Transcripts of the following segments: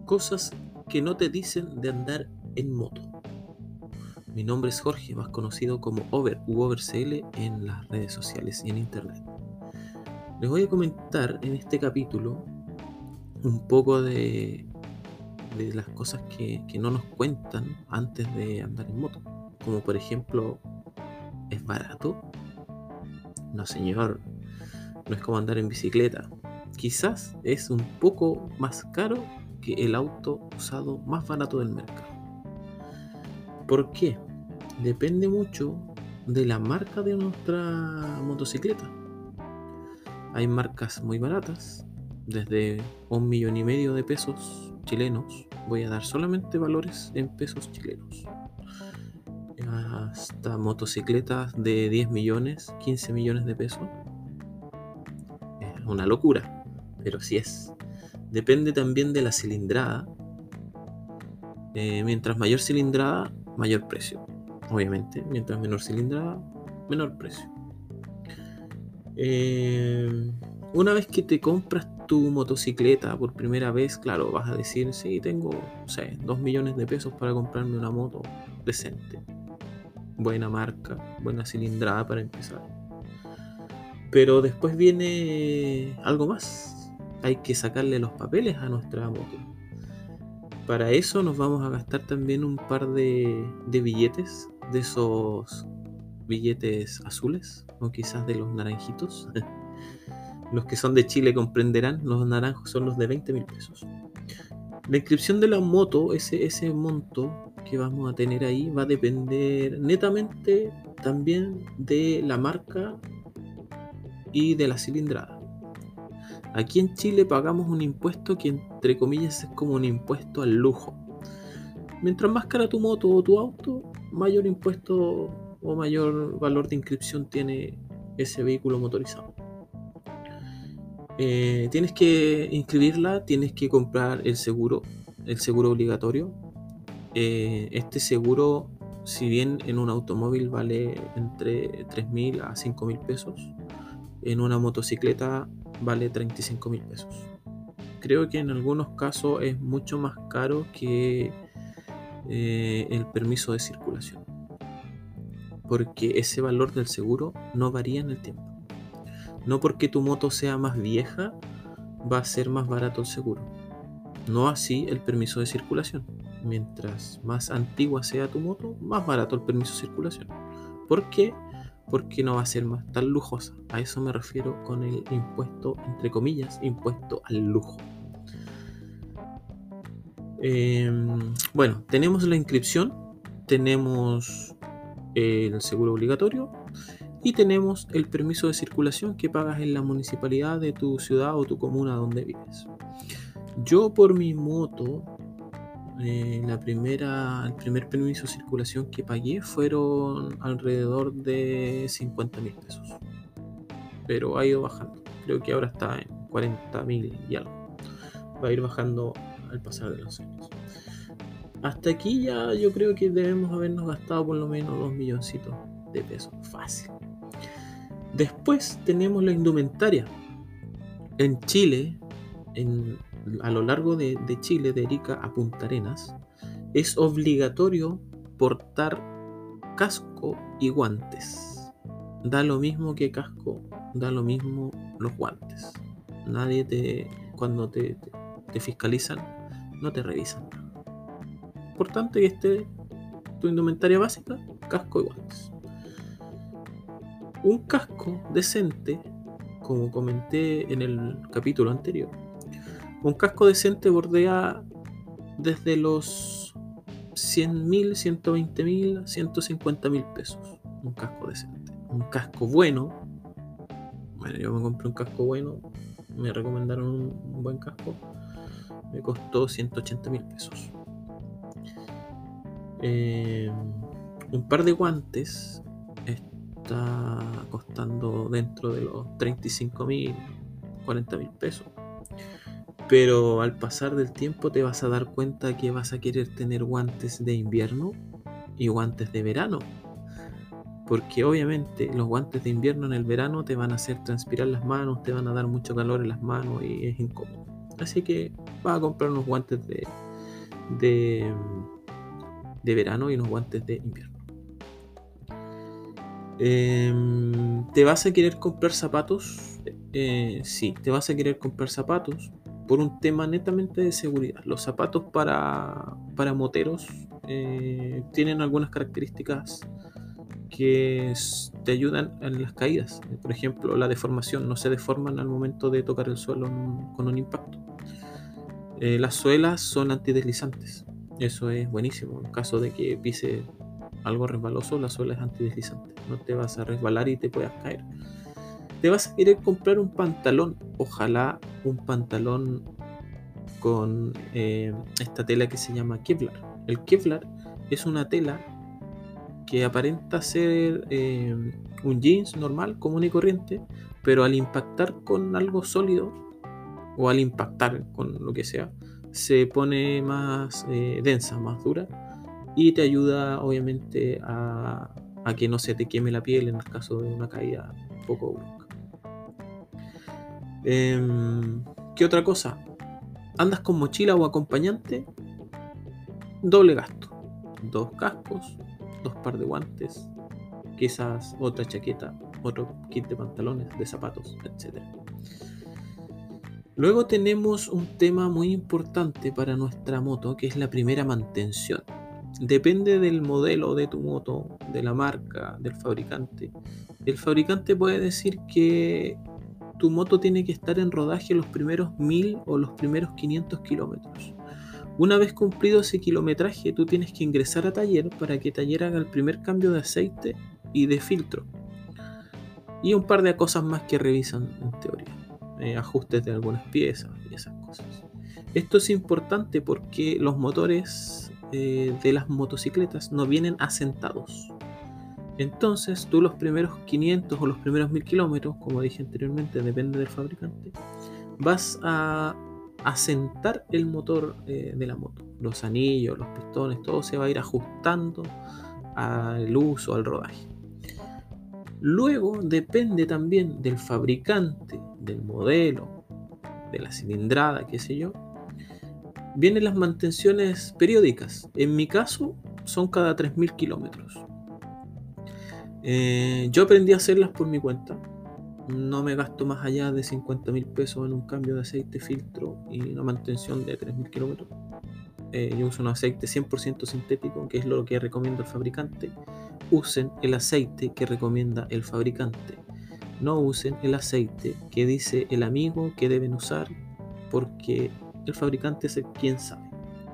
Cosas que no te dicen de andar en moto. Mi nombre es Jorge, más conocido como Over u OverCL en las redes sociales y en internet. Les voy a comentar en este capítulo un poco de las cosas que no nos cuentan antes de andar en moto. Como por ejemplo, ¿es barato? No señor, no es como andar en bicicleta. Quizás es un poco más caro que el auto usado más barato del mercado. ¿Por qué? Depende mucho de la marca de nuestra motocicleta. Hay marcas muy baratas, desde 1,5 millones de pesos chilenos. Voy a dar solamente valores en pesos chilenos. Hasta motocicletas de 10 millones, 15 millones de pesos. Es una locura, pero sí es. Depende también de la cilindrada. Mientras mayor cilindrada, mayor precio. Obviamente, mientras menor cilindrada, menor precio. Una vez que te compras tu motocicleta por primera vez, claro, vas a decir, sí, tengo, 2 millones de pesos para comprarme una moto decente. Buena marca, buena cilindrada para empezar. Pero después viene algo más. Hay que sacarle los papeles a nuestra moto. Para eso nos vamos a gastar también un par de billetes, de esos billetes azules, o quizás de los naranjitos. Los que son de Chile comprenderán, los naranjos son los de 20.000 pesos. La inscripción de la moto, ese monto que vamos a tener ahí, va a depender netamente también de la marca y de la cilindrada. Aquí en Chile pagamos un impuesto que entre comillas es como un impuesto al lujo. Mientras más cara tu moto o tu auto, mayor impuesto o mayor valor de inscripción tiene ese vehículo motorizado. Tienes que inscribirla, tienes que comprar el seguro obligatorio. Este seguro, si bien en un automóvil vale entre 3.000 a 5.000 pesos, en una motocicleta vale 35.000 pesos. Creo que en algunos casos es mucho más caro que el permiso de circulación, porque ese valor del seguro no varía en el tiempo. No porque tu moto sea más vieja va a ser más barato el seguro. No así el permiso de circulación. Mientras más antigua sea tu moto, más barato el permiso de circulación. ¿Por qué? Porque no va a ser más tan lujosa. A eso me refiero con el impuesto, entre comillas, impuesto al lujo. Bueno, tenemos la inscripción, tenemos el seguro obligatorio y tenemos el permiso de circulación que pagas en la municipalidad de tu ciudad o tu comuna donde vives. Yo por mi moto, el primer permiso de circulación que pagué fueron alrededor de 50.000 pesos. Pero ha ido bajando. Creo que ahora está en 40.000 y algo. Va a ir bajando al pasar de los años. Hasta aquí ya yo creo que debemos habernos gastado por lo menos 2 milloncitos de pesos. Fácil. Después tenemos la indumentaria. En Chile, a lo largo de Chile, de Arica a Punta Arenas, es obligatorio portar casco y guantes. Da lo mismo que casco, da lo mismo los guantes. Cuando te fiscalizan, no te revisan. Importante que esté tu indumentaria básica, casco y guantes. Un casco decente, como comenté en el capítulo anterior, un casco decente bordea desde los 100.000, 120.000, 150.000 pesos. Un casco decente. Un casco bueno. Bueno, yo me compré un casco bueno. Me recomendaron un buen casco. Me costó 180.000 pesos. Un par de guantes está costando dentro de los 35.000, 40.000 pesos. Pero al pasar del tiempo te vas a dar cuenta que vas a querer tener guantes de invierno y guantes de verano. Porque obviamente los guantes de invierno en el verano te van a hacer transpirar las manos, te van a dar mucho calor en las manos y es incómodo. Así que vas a comprar unos guantes de, de verano y unos guantes de invierno. ¿Te vas a querer comprar zapatos? Sí, te vas a querer comprar zapatos por un tema netamente de seguridad. Los zapatos para moteros tienen algunas características que te ayudan en las caídas. Por ejemplo, la deformación. No se deforman al momento de tocar el suelo con un impacto. Las suelas son antideslizantes. Eso es buenísimo. En caso de que pise algo resbaloso, la suela es antideslizante. No te vas a resbalar y te puedas caer. Te vas a querer comprar un pantalón. Ojalá un pantalón con esta tela que se llama Kevlar. El Kevlar es una tela que aparenta ser un jeans normal, común y corriente, pero al impactar con algo sólido o al impactar con lo que sea, se pone más densa, más dura, y te ayuda obviamente a que no se te queme la piel en el caso de una caída un poco brusca. ¿Qué otra cosa? ¿Andas con mochila o acompañante? Doble gasto. 2 cascos, 2 par de guantes, quizás otra chaqueta, otro kit de pantalones, de zapatos, etc. Luego tenemos un tema muy importante para nuestra moto, que es la primera mantención. Depende del modelo de tu moto, de la marca, del fabricante. El fabricante puede decir que tu moto tiene que estar en rodaje los primeros 1000 o los primeros 500 kilómetros. Una vez cumplido ese kilometraje, tú tienes que ingresar a taller para que taller haga el primer cambio de aceite y de filtro. Y un par de cosas más que revisan en teoría. Ajustes de algunas piezas y esas cosas. Esto es importante porque los motores de las motocicletas no vienen asentados. Entonces tú los primeros 500 o los primeros 1000 kilómetros, como dije anteriormente, depende del fabricante, vas a asentar el motor de la moto. Los anillos, los pistones, todo se va a ir ajustando al uso, al rodaje. Luego depende también del fabricante, del modelo, de la cilindrada, qué sé yo. Vienen las mantenciones periódicas. En mi caso son cada 3000 kilómetros. Yo aprendí a hacerlas por mi cuenta. No me gasto más allá de 50.000 pesos en un cambio de aceite, filtro y una mantención de 3000 kilómetros. Yo uso un aceite 100% sintético, que es lo que recomienda el fabricante. Usen el aceite que recomienda el fabricante. No usen el aceite que dice el amigo que deben usar, porque el fabricante es quien sabe.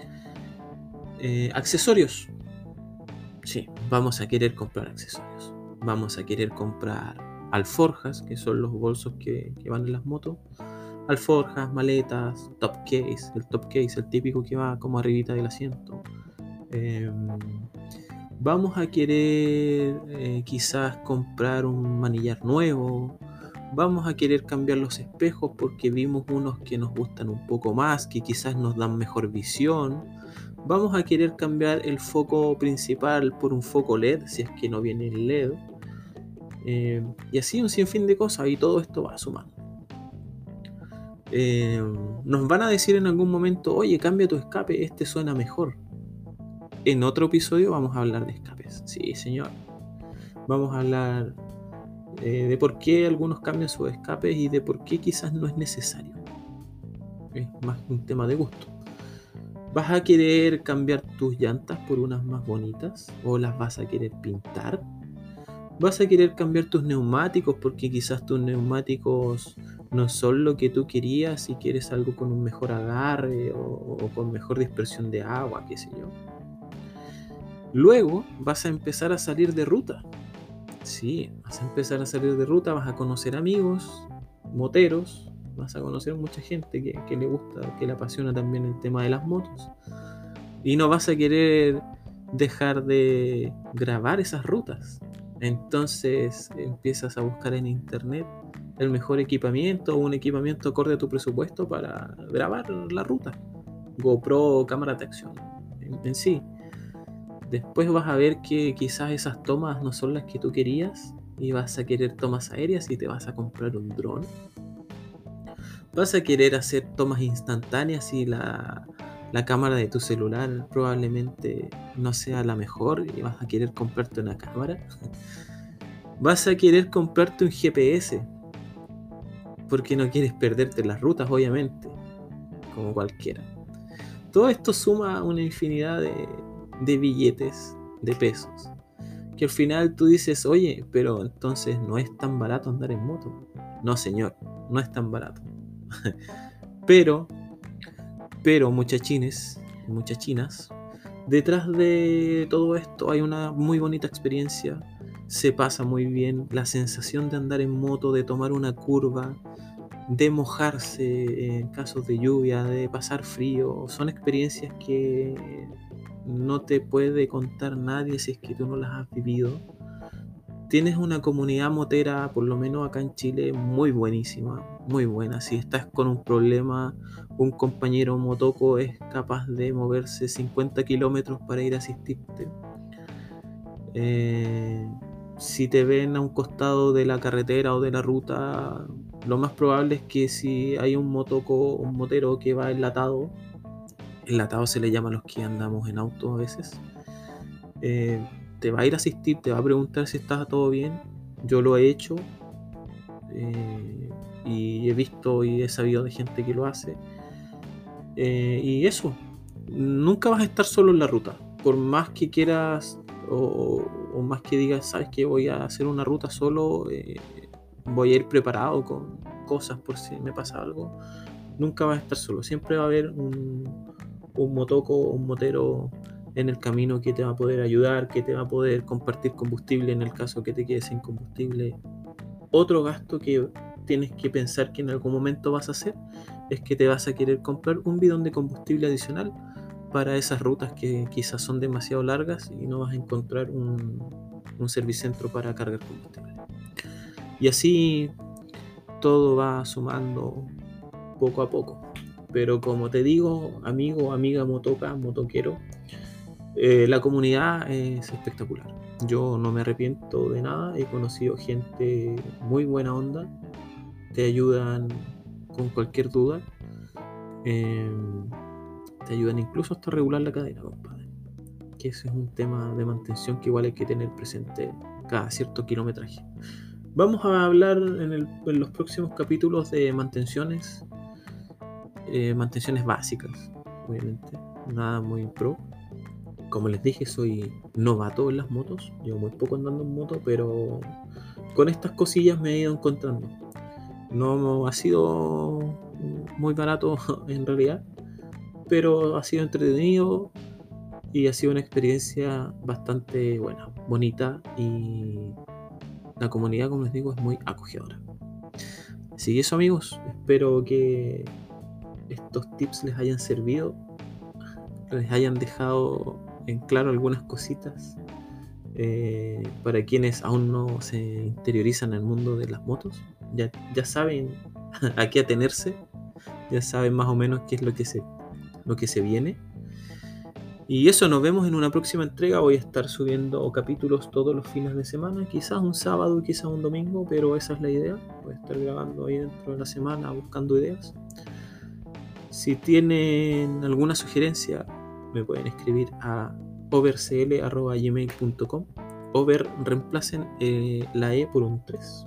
Accesorios. Sí, vamos a querer comprar accesorios. Vamos a querer comprar alforjas, que son los bolsos que van en las motos. Alforjas, maletas, top case. El top case, el típico que va como arribita del asiento. Vamos a querer quizás comprar un manillar nuevo. Vamos a querer cambiar los espejos porque vimos unos que nos gustan un poco más, que quizás nos dan mejor visión. Vamos a querer cambiar el foco principal por un foco LED, si es que no viene el LED. Y así un sinfín de cosas, y todo esto va sumando. Nos van a decir en algún momento, oye, cambia tu escape, este suena mejor. En otro episodio vamos a hablar de escapes. Sí, señor. Vamos a hablar de por qué algunos cambian sus escapes y de por qué quizás no es necesario. Es más un tema de gusto. ¿Vas a querer cambiar tus llantas por unas más bonitas? ¿O las vas a querer pintar? ¿Vas a querer cambiar tus neumáticos porque quizás tus neumáticos no son lo que tú querías y quieres algo con un mejor agarre o con mejor dispersión de agua, qué sé yo? Luego vas a empezar a salir de ruta. Sí, vas a empezar a salir de ruta, vas a conocer amigos, moteros, vas a conocer mucha gente que le gusta, que le apasiona también el tema de las motos. Y no vas a querer dejar de grabar esas rutas. Entonces empiezas a buscar en internet el mejor equipamiento o un equipamiento acorde a tu presupuesto para grabar la ruta. GoPro, cámara de acción en sí. Después vas a ver que quizás esas tomas no son las que tú querías y vas a querer tomas aéreas y te vas a comprar un dron. Vas a querer hacer tomas instantáneas y la cámara de tu celular probablemente no sea la mejor y vas a querer comprarte una cámara. Vas a querer comprarte un GPS porque no quieres perderte las rutas, obviamente, como cualquiera. Todo esto suma una infinidad de billetes, de pesos, que al final tú dices, oye, pero entonces no es tan barato andar en moto. No, señor, no es tan barato. pero muchachines y muchachinas, detrás de todo esto hay una muy bonita experiencia, se pasa muy bien, la sensación de andar en moto, de tomar una curva, de mojarse en casos de lluvia, de pasar frío, son experiencias que no te puede contar nadie si es que tú no las has vivido. Tienes una comunidad motera, por lo menos acá en Chile, muy buenísima, muy buena. Si estás con un problema, un compañero motoco es capaz de moverse 50 kilómetros para ir a asistirte. Si te ven a un costado de la carretera o de la ruta, lo más probable es que si hay un motoco, un motero que va enlatado se le llama a los que andamos en auto a veces, te va a ir a asistir, te va a preguntar si está todo bien. Yo lo he hecho y he visto y he sabido de gente que lo hace. Y eso, nunca vas a estar solo en la ruta. Por más que quieras o más que digas, sabes que voy a hacer una ruta solo, voy a ir preparado con cosas por si me pasa algo. Nunca vas a estar solo. Siempre va a haber un motoco, un motero en el camino que te va a poder ayudar, que te va a poder compartir combustible en el caso que te quedes sin combustible. Otro gasto que tienes que pensar que en algún momento vas a hacer es que te vas a querer comprar un bidón de combustible adicional para esas rutas que quizás son demasiado largas y no vas a encontrar un servicentro para cargar combustible. Y así todo va sumando poco a poco. Pero como te digo, amigo, amiga motoca, motoquero, la comunidad es espectacular. Yo no me arrepiento de nada, he conocido gente muy buena onda, te ayudan con cualquier duda, te ayudan incluso hasta regular la cadena, compadre. Que ese es un tema de mantención que igual hay que tener presente cada cierto kilometraje. Vamos a hablar en los próximos capítulos de mantenciones básicas, obviamente, nada muy pro. Como les dije, soy novato en las motos, llevo muy poco andando en moto, pero con estas cosillas me he ido encontrando. No ha sido muy barato en realidad, pero ha sido entretenido y ha sido una experiencia bastante buena, bonita, y la comunidad, como les digo, es muy acogedora. Así que eso, amigos, espero que estos tips les hayan servido, les hayan dejado en claro algunas cositas para quienes aún no se interiorizan en el mundo de las motos. Ya saben a qué atenerse, ya saben más o menos qué es lo que se viene. Y eso, nos vemos en una próxima entrega. Voy a estar subiendo capítulos todos los fines de semana, quizás un sábado, quizás un domingo, pero esa es la idea. Voy a estar grabando ahí dentro de la semana, buscando ideas. Si tienen alguna sugerencia, me pueden escribir a overcl@gmail.com. Over, reemplacen la E por un 3.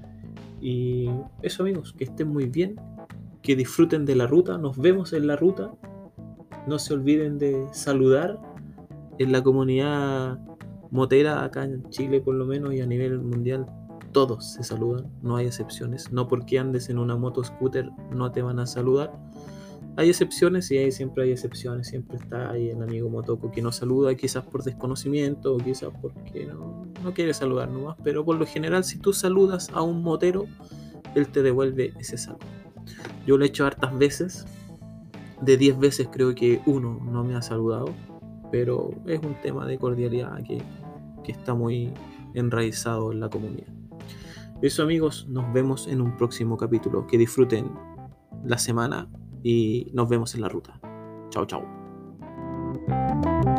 Y eso, amigos, que estén muy bien, que disfruten de la ruta. Nos vemos en la ruta. No se olviden de saludar. En la comunidad motera acá en Chile, por lo menos, y a nivel mundial, todos se saludan, no hay excepciones. No porque andes en una moto scooter no te van a saludar. Hay excepciones y siempre hay excepciones. Siempre está ahí el amigo motoco que no saluda, quizás por desconocimiento o quizás porque no quiere saludar nomás. Pero por lo general, si tú saludas a un motero, él te devuelve ese saludo. Yo lo he hecho hartas veces. De 10 veces creo que 1 no me ha saludado. Pero es un tema de cordialidad que está muy enraizado en la comunidad. Eso, amigos, nos vemos en un próximo capítulo. Que disfruten la semana y nos vemos en la ruta. Chao, chao.